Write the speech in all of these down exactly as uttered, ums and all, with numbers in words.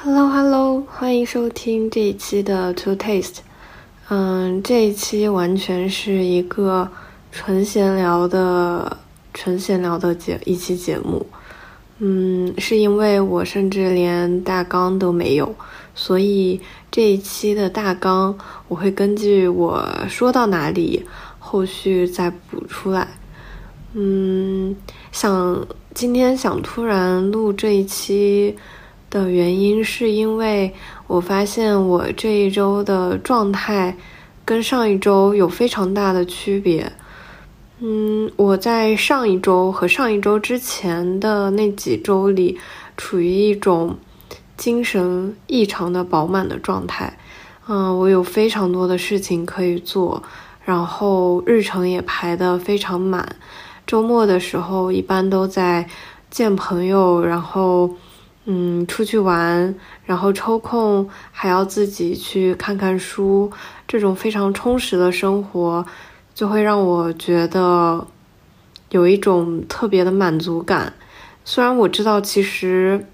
Hello Hello， 欢迎收听这一期的 To Taste。嗯，这一期完全是一个纯闲聊的纯闲聊的节一期节目。嗯，是因为我甚至连大纲都没有，所以这一期的大纲我会根据我说到哪里，后续再补出来。嗯，想今天想突然录这一期的原因是因为我发现我这一周的状态跟上一周有非常大的区别。嗯，我在上一周和上一周之前的那几周里处于一种精神异常的饱满的状态。嗯，我有非常多的事情可以做，然后日程也排得非常满。周末的时候一般都在见朋友，然后嗯出去玩，然后抽空还要自己去看看书，这种非常充实的生活就会让我觉得有一种特别的满足感。虽然我知道其实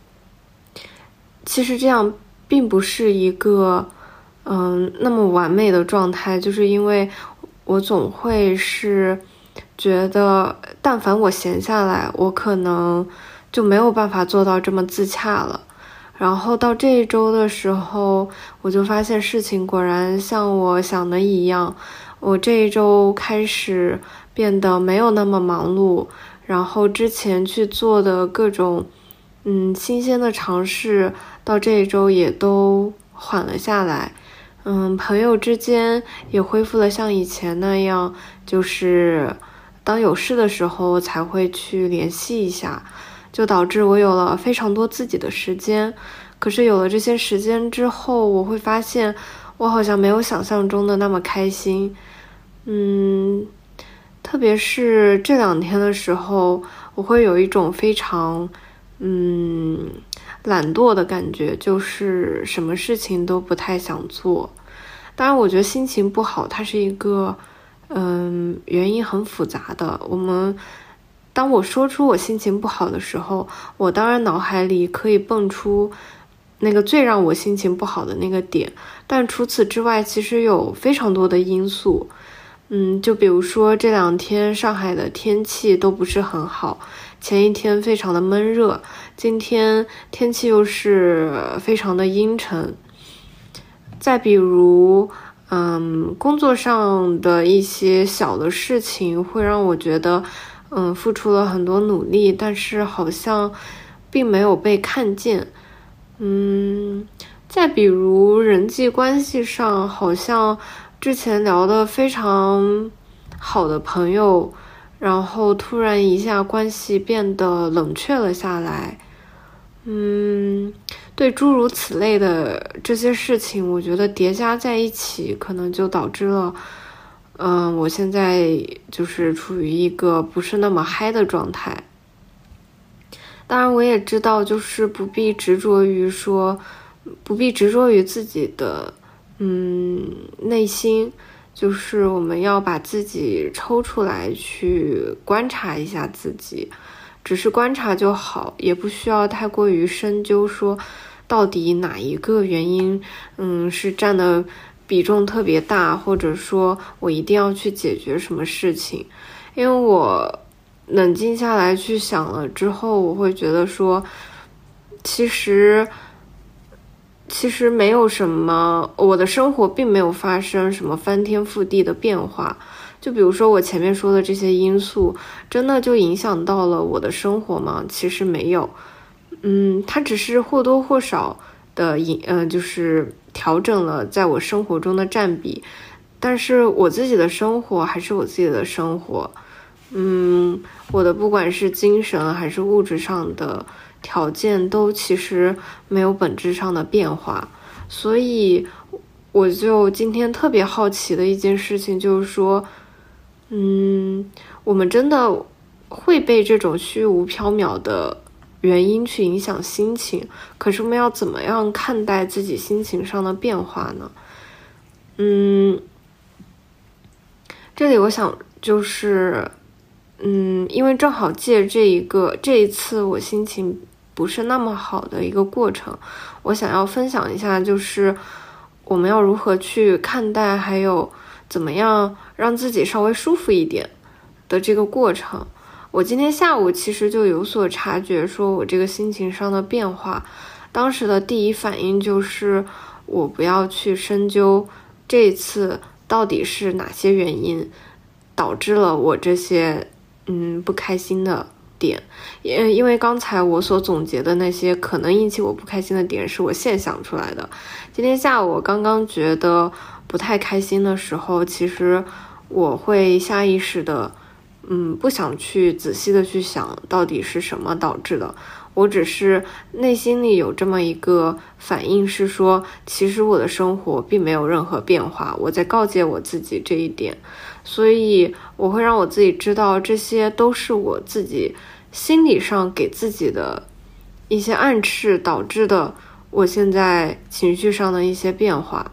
其实这样并不是一个嗯那么完美的状态，就是因为我总会是觉得但凡我闲下来，我可能就没有办法做到这么自洽了。然后到这一周的时候，我就发现事情果然像我想的一样，我这一周开始变得没有那么忙碌，然后之前去做的各种嗯新鲜的尝试，到这一周也都缓了下来。嗯，朋友之间也恢复了像以前那样，就是当有事的时候才会去联系一下，就导致我有了非常多自己的时间。可是有了这些时间之后，我会发现我好像没有想象中的那么开心。嗯，特别是这两天的时候，我会有一种非常嗯懒惰的感觉，就是什么事情都不太想做。当然我觉得心情不好它是一个嗯原因很复杂的。我们当我说出我心情不好的时候，我当然脑海里可以蹦出那个最让我心情不好的那个点，但除此之外其实有非常多的因素。嗯，就比如说这两天上海的天气都不是很好，前一天非常的闷热，今天天气又是非常的阴沉。再比如嗯，工作上的一些小的事情会让我觉得嗯，付出了很多努力，但是好像并没有被看见。嗯，再比如人际关系上，好像之前聊得非常好的朋友，然后突然一下关系变得冷却了下来。嗯，对，诸如此类的这些事情，我觉得叠加在一起，可能就导致了嗯，我现在就是处于一个不是那么嗨的状态。当然我也知道，就是不必执着于说不必执着于自己的嗯内心，就是我们要把自己抽出来去观察一下自己，只是观察就好，也不需要太过于深究说到底哪一个原因嗯是占的比重特别大，或者说我一定要去解决什么事情。因为我冷静下来去想了之后，我会觉得说其实其实没有什么，我的生活并没有发生什么翻天覆地的变化。就比如说我前面说的这些因素真的就影响到了我的生活吗？其实没有。嗯，它只是或多或少的影嗯、呃，就是调整了在我生活中的占比，但是我自己的生活还是我自己的生活。嗯，我的不管是精神还是物质上的条件都其实没有本质上的变化。所以我就今天特别好奇的一件事情就是说嗯，我们真的会被这种虚无缥缈的原因去影响心情，可是我们要怎么样看待自己心情上的变化呢？嗯，这里我想就是嗯，因为正好借这一个这一次我心情不是那么好的一个过程。我想要分享一下，就是我们要如何去看待，还有怎么样让自己稍微舒服一点的这个过程。我今天下午其实就有所察觉，说我这个心情上的变化。当时的第一反应就是我不要去深究这一次到底是哪些原因导致了我这些嗯不开心的点，因因为刚才我所总结的那些可能引起我不开心的点是我现想出来的。今天下午我刚刚觉得不太开心的时候，其实我会下意识的嗯不想去仔细的去想到底是什么导致的，我只是内心里有这么一个反应，是说其实我的生活并没有任何变化，我在告诫我自己这一点。所以我会让我自己知道，这些都是我自己心理上给自己的一些暗示导致的我现在情绪上的一些变化。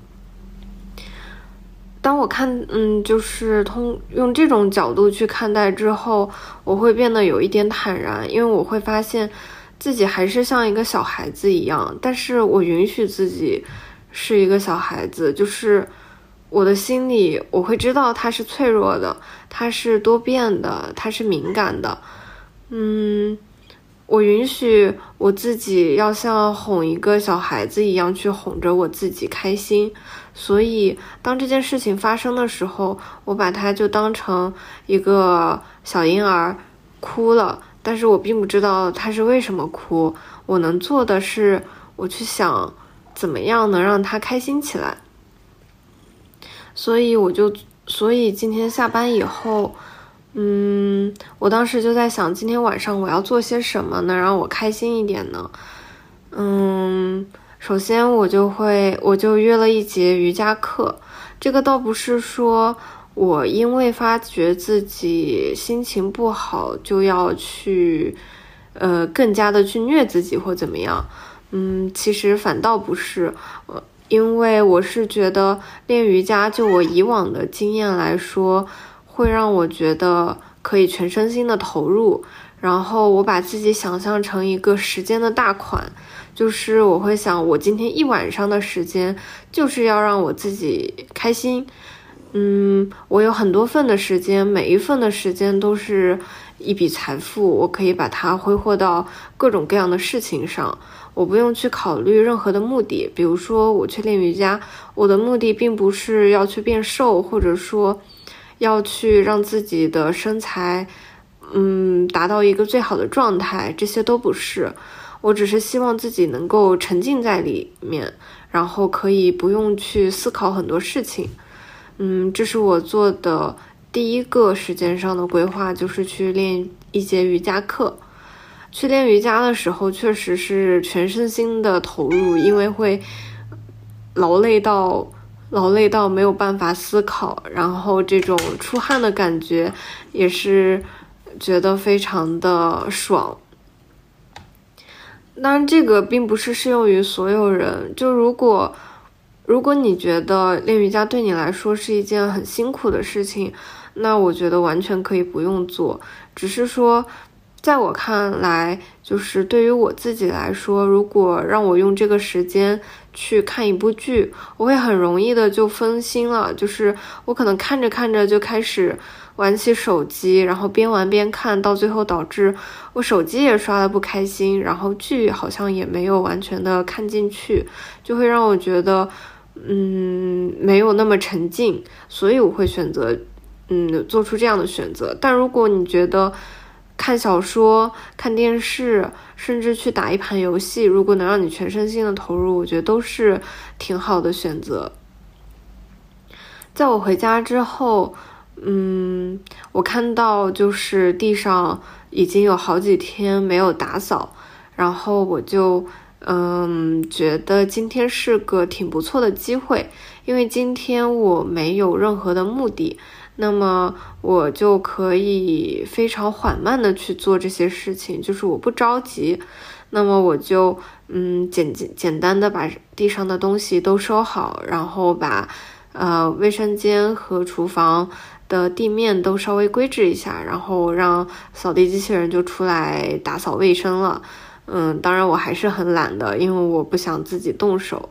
当我看嗯，就是通用这种角度去看待之后，我会变得有一点坦然，因为我会发现自己还是像一个小孩子一样，但是我允许自己是一个小孩子，就是我的心里我会知道它是脆弱的，它是多变的，它是敏感的。嗯，我允许我自己要像哄一个小孩子一样去哄着我自己开心。所以当这件事情发生的时候，我把它就当成一个小婴儿哭了，但是我并不知道他是为什么哭。我能做的是我去想怎么样能让他开心起来。所以我就所以今天下班以后嗯，我当时就在想，今天晚上我要做些什么能让我开心一点呢？嗯，首先我就会我就约了一节瑜伽课。这个倒不是说我因为发觉自己心情不好就要去呃更加的去虐自己或怎么样。嗯，其实反倒不是，呃因为我是觉得练瑜伽就我以往的经验来说，会让我觉得可以全身心的投入，然后我把自己想象成一个时间的大款，就是我会想我今天一晚上的时间就是要让我自己开心。嗯，我有很多份的时间，每一份的时间都是一笔财富，我可以把它挥霍到各种各样的事情上，我不用去考虑任何的目的。比如说我去练瑜伽，我的目的并不是要去变瘦，或者说要去让自己的身材嗯达到一个最好的状态，这些都不是。我只是希望自己能够沉浸在里面，然后可以不用去思考很多事情。嗯，这是我做的第一个时间上的规划，就是去练一节瑜伽课。去练瑜伽的时候确实是全身心的投入，因为会劳累到劳累到没有办法思考，然后这种出汗的感觉也是觉得非常的爽。当然这个并不是适用于所有人，就如果如果你觉得练瑜伽对你来说是一件很辛苦的事情，那我觉得完全可以不用做。只是说在我看来，就是对于我自己来说，如果让我用这个时间去看一部剧，我会很容易的就分心了，就是我可能看着看着就开始玩起手机，然后边玩边看，到最后导致我手机也刷得不开心，然后剧好像也没有完全的看进去，就会让我觉得嗯没有那么沉浸，所以我会选择嗯做出这样的选择。但如果你觉得看小说、看电视，甚至去打一盘游戏，如果能让你全身心的投入，我觉得都是挺好的选择。在我回家之后嗯，我看到就是地上已经有好几天没有打扫，然后我就嗯觉得今天是个挺不错的机会，因为今天我没有任何的目的，那么我就可以非常缓慢的去做这些事情，就是我不着急。那么我就嗯简简单的把地上的东西都收好，然后把呃卫生间和厨房的地面都稍微规制一下，然后让扫地机器人就出来打扫卫生了。 嗯，当然我还是很懒的，因为我不想自己动手。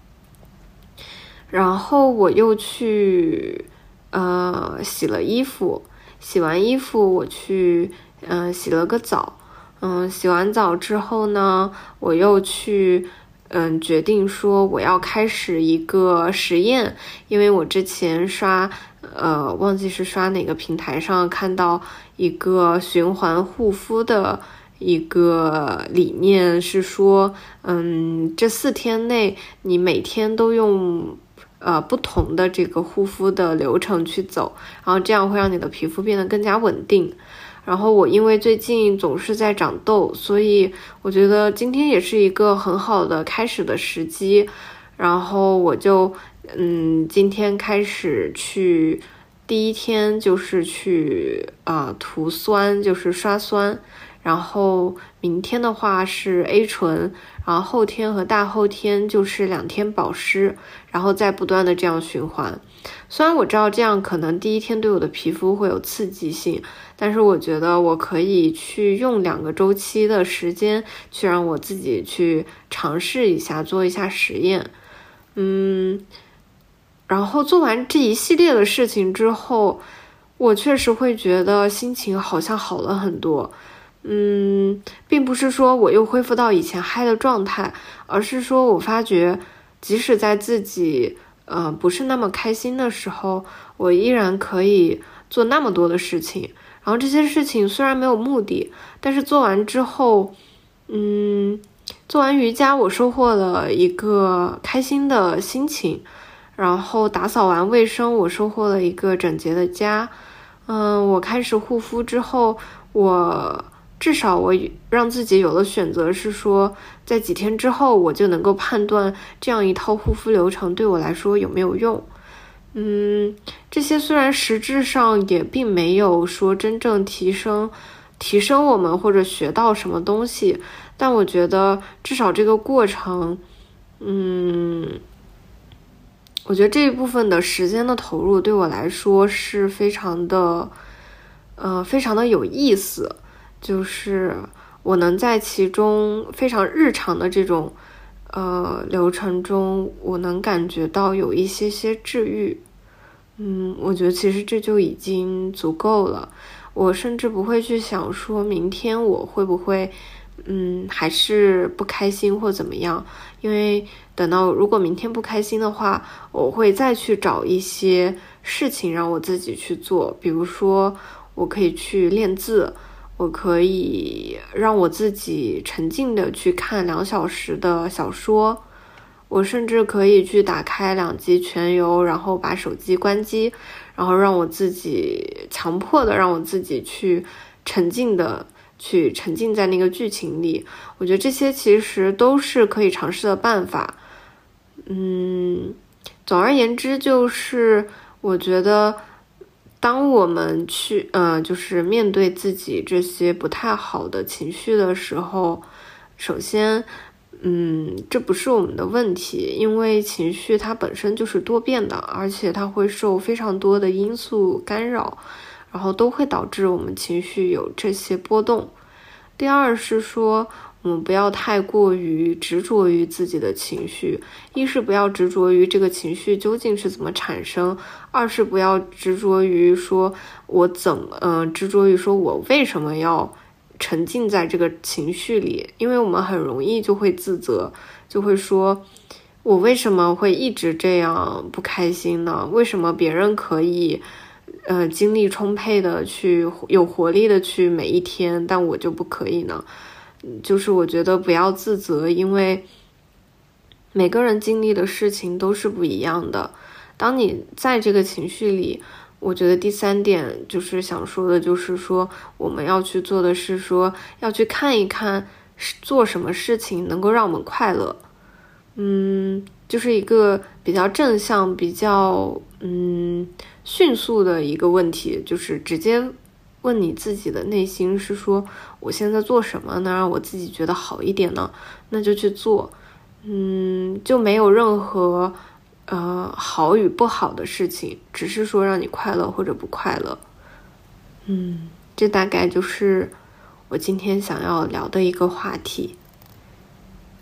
然后我又去呃洗了衣服，洗完衣服我去嗯、呃、洗了个澡，嗯，洗完澡之后呢，我又去嗯决定说我要开始一个实验，因为我之前刷呃忘记是刷哪个平台上看到一个循环护肤的一个理念，是说嗯这四天内你每天都用呃不同的这个护肤的流程去走，然后这样会让你的皮肤变得更加稳定。然后我因为最近总是在长痘，所以我觉得今天也是一个很好的开始的时机。然后我就嗯今天开始去，第一天就是去呃涂酸，就是刷酸，然后明天的话是 A 醇，然后后天和大后天就是两天保湿，然后再不断的这样循环。虽然我知道这样可能第一天对我的皮肤会有刺激性，但是我觉得我可以去用两个周期的时间去让我自己去尝试一下，做一下实验。嗯，然后做完这一系列的事情之后，我确实会觉得心情好像好了很多。嗯，并不是说我又恢复到以前嗨的状态，而是说我发觉即使在自己呃不是那么开心的时候，我依然可以做那么多的事情。然后这些事情虽然没有目的，但是做完之后，嗯，做完瑜伽我收获了一个开心的心情，然后打扫完卫生我收获了一个整洁的家。嗯，我开始护肤之后，我至少我让自己有了选择，是说在几天之后我就能够判断这样一套护肤流程对我来说有没有用。嗯，这些虽然实质上也并没有说真正提升提升我们或者学到什么东西，但我觉得至少这个过程，嗯，我觉得这一部分的时间的投入对我来说是非常的呃，非常的有意思，就是我能在其中非常日常的这种呃流程中，我能感觉到有一些些治愈。嗯，我觉得其实这就已经足够了。我甚至不会去想说明天我会不会嗯还是不开心或怎么样，因为等到如果明天不开心的话，我会再去找一些事情让我自己去做，比如说我可以去练字，我可以让我自己沉浸的去看两小时的小说，我甚至可以去打开两集全游，然后把手机关机，然后让我自己强迫的让我自己去沉浸的去沉浸在那个剧情里。我觉得这些其实都是可以尝试的办法。嗯，总而言之，就是我觉得当我们去呃就是面对自己这些不太好的情绪的时候，首先嗯，这不是我们的问题，因为情绪它本身就是多变的，而且它会受非常多的因素干扰，然后都会导致我们情绪有这些波动。第二是说，我们不要太过于执着于自己的情绪，一是不要执着于这个情绪究竟是怎么产生，二是不要执着于说我怎么嗯、呃，执着于说我为什么要沉浸在这个情绪里，因为我们很容易就会自责，就会说我为什么会一直这样不开心呢？为什么别人可以呃精力充沛的去有活力的去每一天，但我就不可以呢？就是我觉得不要自责，因为每个人经历的事情都是不一样的。当你在这个情绪里，我觉得第三点就是想说的，就是说我们要去做的是说要去看一看做什么事情能够让我们快乐。嗯，就是一个比较正向比较嗯迅速的一个问题，就是直接问你自己的内心，是说我现在做什么能让我自己觉得好一点呢？那就去做。嗯，就没有任何呃好与不好的事情，只是说让你快乐或者不快乐。嗯，这大概就是我今天想要聊的一个话题。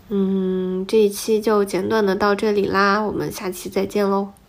嗯，这一期就简短的到这里啦，我们下期再见喽。